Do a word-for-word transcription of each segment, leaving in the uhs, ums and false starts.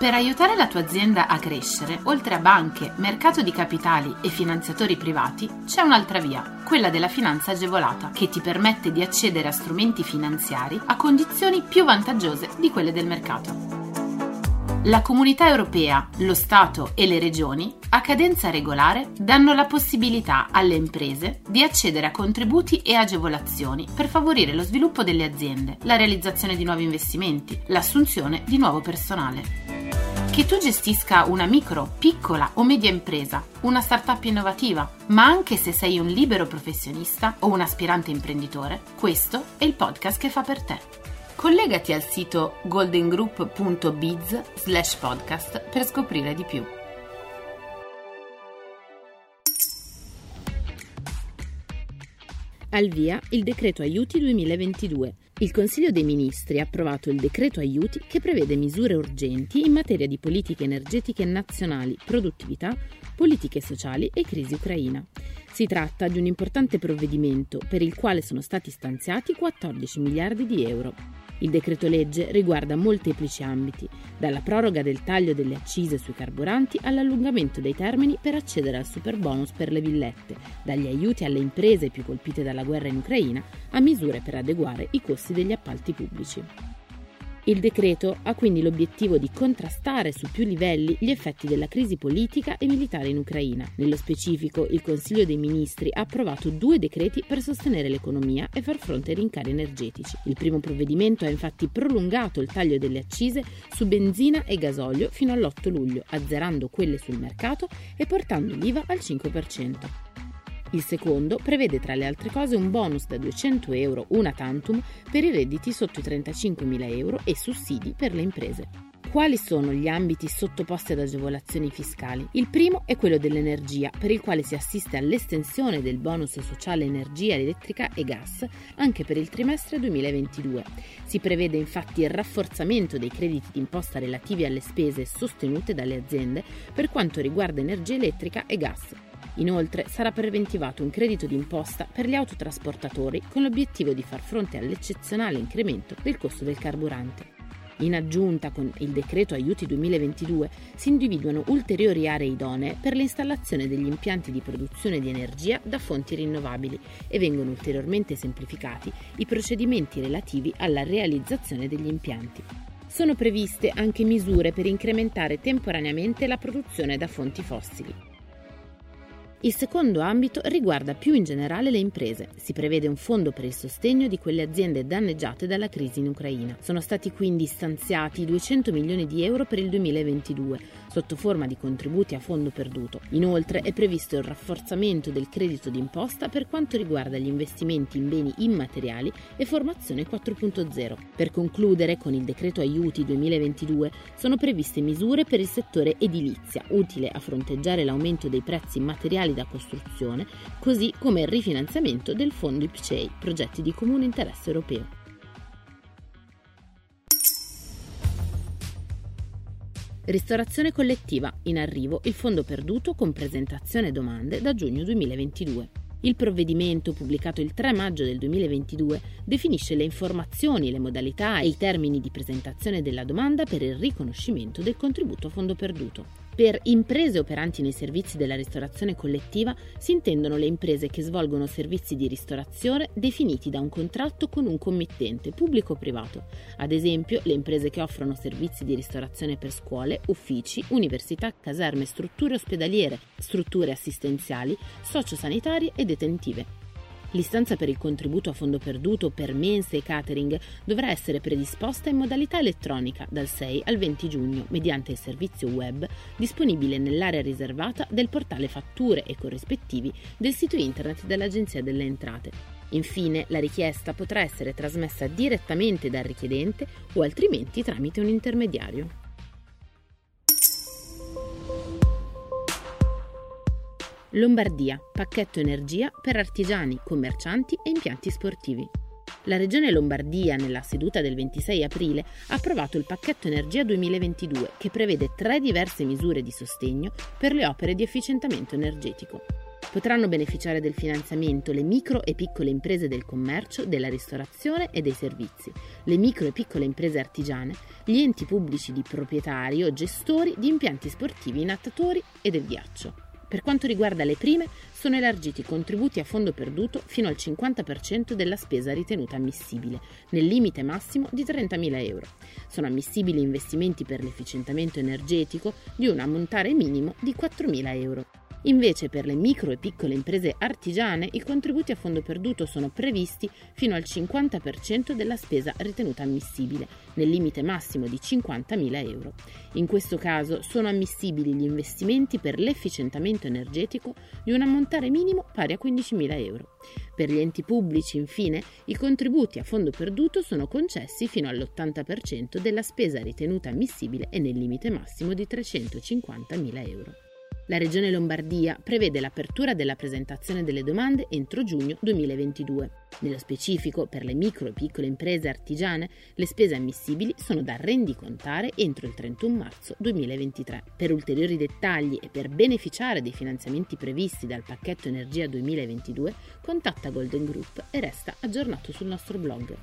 Per aiutare la tua azienda a crescere, oltre a banche, mercato di capitali e finanziatori privati, c'è un'altra via, quella della finanza agevolata, che ti permette di accedere a strumenti finanziari a condizioni più vantaggiose di quelle del mercato. La Comunità Europea, lo Stato e le Regioni, a cadenza regolare, danno la possibilità alle imprese di accedere a contributi e agevolazioni per favorire lo sviluppo delle aziende, la realizzazione di nuovi investimenti, l'assunzione di nuovo personale. Che tu gestisca una micro, piccola o media impresa, una startup innovativa, ma anche se sei un libero professionista o un aspirante imprenditore, questo è il podcast che fa per te. Collegati al sito goldengroup punto biz slash podcast per scoprire di più. Al via il decreto aiuti duemilaventidue. Il Consiglio dei Ministri ha approvato il decreto aiuti che prevede misure urgenti in materia di politiche energetiche nazionali, produttività, politiche sociali e crisi ucraina. Si tratta di un importante provvedimento per il quale sono stati stanziati quattordici miliardi di euro. Il decreto legge riguarda molteplici ambiti, dalla proroga del taglio delle accise sui carburanti all'allungamento dei termini per accedere al superbonus per le villette, dagli aiuti alle imprese più colpite dalla guerra in Ucraina a misure per adeguare i costi degli appalti pubblici. Il decreto ha quindi l'obiettivo di contrastare su più livelli gli effetti della crisi politica e militare in Ucraina. Nello specifico, il Consiglio dei Ministri ha approvato due decreti per sostenere l'economia e far fronte ai rincari energetici. Il primo provvedimento ha infatti prolungato il taglio delle accise su benzina e gasolio fino all'otto luglio, azzerando quelle sul mercato e portando l'I V A al cinque per cento. Il secondo prevede tra le altre cose un bonus da duecento euro una tantum per i redditi sotto i trentacinquemila euro e sussidi per le imprese. Quali sono gli ambiti sottoposti ad agevolazioni fiscali? Il primo è quello dell'energia, per il quale si assiste all'estensione del bonus sociale energia elettrica e gas anche per il trimestre duemilaventidue. Si prevede infatti il rafforzamento dei crediti d'imposta relativi alle spese sostenute dalle aziende per quanto riguarda energia elettrica e gas. Inoltre sarà preventivato un credito d'imposta per gli autotrasportatori con l'obiettivo di far fronte all'eccezionale incremento del costo del carburante. In aggiunta, con il decreto aiuti duemilaventidue si individuano ulteriori aree idonee per l'installazione degli impianti di produzione di energia da fonti rinnovabili e vengono ulteriormente semplificati i procedimenti relativi alla realizzazione degli impianti. Sono previste anche misure per incrementare temporaneamente la produzione da fonti fossili. Il secondo ambito riguarda più in generale le imprese. Si prevede un fondo per il sostegno di quelle aziende danneggiate dalla crisi in Ucraina. Sono stati quindi stanziati duecento milioni di euro per il duemilaventidue, sotto forma di contributi a fondo perduto. Inoltre è previsto il rafforzamento del credito d'imposta per quanto riguarda gli investimenti in beni immateriali e formazione quattro punto zero. Per concludere, con il decreto aiuti duemilaventidue sono previste misure per il settore edilizia, utile a fronteggiare l'aumento dei prezzi materiali da costruzione, così come il rifinanziamento del fondo I P C E I, progetti di comune interesse europeo. Ristorazione collettiva, in arrivo il fondo perduto con presentazione domande da giugno duemilaventidue. Il provvedimento, pubblicato il tre maggio del duemilaventidue, definisce le informazioni, le modalità e i termini di presentazione della domanda per il riconoscimento del contributo a fondo perduto. Per imprese operanti nei servizi della ristorazione collettiva si intendono le imprese che svolgono servizi di ristorazione definiti da un contratto con un committente pubblico o privato, ad esempio le imprese che offrono servizi di ristorazione per scuole, uffici, università, caserme, strutture ospedaliere, strutture assistenziali, sociosanitarie e detentive. L'istanza per il contributo a fondo perduto per mense e catering dovrà essere predisposta in modalità elettronica dal sei al venti giugno mediante il servizio web disponibile nell'area riservata del portale fatture e corrispettivi del sito internet dell'Agenzia delle Entrate. Infine, la richiesta potrà essere trasmessa direttamente dal richiedente o altrimenti tramite un intermediario. Lombardia, pacchetto energia per artigiani, commercianti e impianti sportivi. La Regione Lombardia, nella seduta del ventisei aprile, ha approvato il pacchetto energia duemilaventidue che prevede tre diverse misure di sostegno per le opere di efficientamento energetico. Potranno beneficiare del finanziamento le micro e piccole imprese del commercio, della ristorazione e dei servizi, le micro e piccole imprese artigiane, gli enti pubblici di proprietari o gestori di impianti sportivi nattatori e del ghiaccio. Per quanto riguarda le prime, sono elargiti contributi a fondo perduto fino al cinquanta per cento della spesa ritenuta ammissibile, nel limite massimo di trentamila euro. Sono ammissibili investimenti per l'efficientamento energetico di un ammontare minimo di quattromila euro. Invece per le micro e piccole imprese artigiane i contributi a fondo perduto sono previsti fino al cinquanta per cento della spesa ritenuta ammissibile, nel limite massimo di cinquantamila euro. In questo caso sono ammissibili gli investimenti per l'efficientamento energetico di un ammontare minimo pari a quindicimila euro. Per gli enti pubblici, infine, i contributi a fondo perduto sono concessi fino all'ottanta per cento della spesa ritenuta ammissibile e nel limite massimo di trecentocinquantamila euro. La Regione Lombardia prevede l'apertura della presentazione delle domande entro giugno duemilaventidue. Nello specifico, per le micro e piccole imprese artigiane, le spese ammissibili sono da rendicontare entro il trentuno marzo duemilaventitré. Per ulteriori dettagli e per beneficiare dei finanziamenti previsti dal pacchetto Energia duemilaventidue, contatta Golden Group e resta aggiornato sul nostro blog.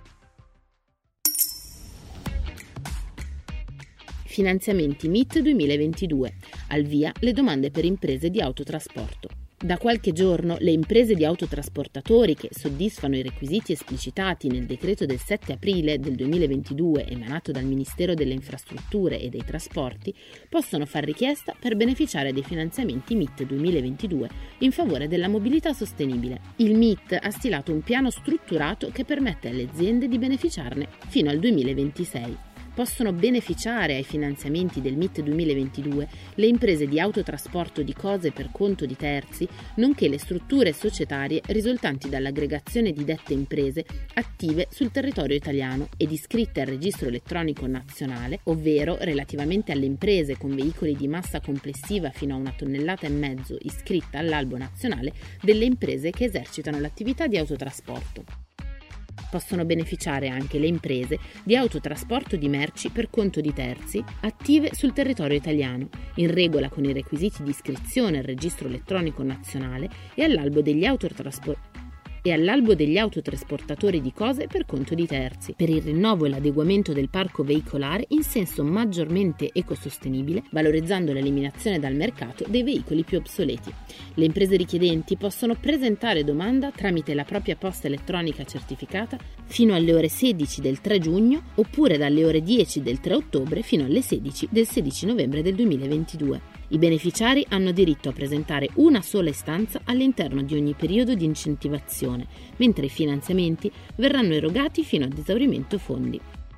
Finanziamenti M I T duemilaventidue. Al via le domande per imprese di autotrasporto. Da qualche giorno le imprese di autotrasportatori che soddisfano i requisiti esplicitati nel decreto del sette aprile del duemilaventidue emanato dal Ministero delle Infrastrutture e dei Trasporti possono far richiesta per beneficiare dei finanziamenti M I T duemilaventidue in favore della mobilità sostenibile. Il M I T ha stilato un piano strutturato che permette alle aziende di beneficiarne fino al duemilaventisei. Possono beneficiare ai finanziamenti del M I T duemilaventidue le imprese di autotrasporto di cose per conto di terzi, nonché le strutture societarie risultanti dall'aggregazione di dette imprese attive sul territorio italiano ed iscritte al registro elettronico nazionale, ovvero relativamente alle imprese con veicoli di massa complessiva fino a una tonnellata e mezzo iscritta all'albo nazionale delle imprese che esercitano l'attività di autotrasporto. Possono beneficiare anche le imprese di autotrasporto di merci per conto di terzi attive sul territorio italiano, in regola con i requisiti di iscrizione al registro elettronico nazionale e all'albo degli autotrasportatori e all'albo degli autotrasportatori di cose per conto di terzi, per il rinnovo e l'adeguamento del parco veicolare in senso maggiormente ecosostenibile, valorizzando l'eliminazione dal mercato dei veicoli più obsoleti. Le imprese richiedenti possono presentare domanda tramite la propria posta elettronica certificata fino alle ore sedici del tre giugno oppure dalle ore dieci del tre ottobre fino alle sedici del sedici novembre del duemilaventidue. I beneficiari hanno diritto a presentare una sola istanza all'interno di ogni periodo di incentivazione, mentre i finanziamenti verranno erogati fino ad esaurimento fondi.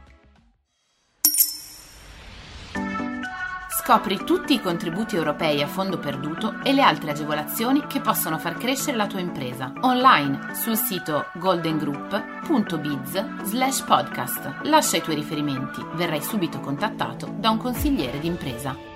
Scopri tutti i contributi europei a fondo perduto e le altre agevolazioni che possono far crescere la tua impresa online sul sito goldengroup punto biz slash podcast. Lascia i tuoi riferimenti, verrai subito contattato da un consigliere d'impresa.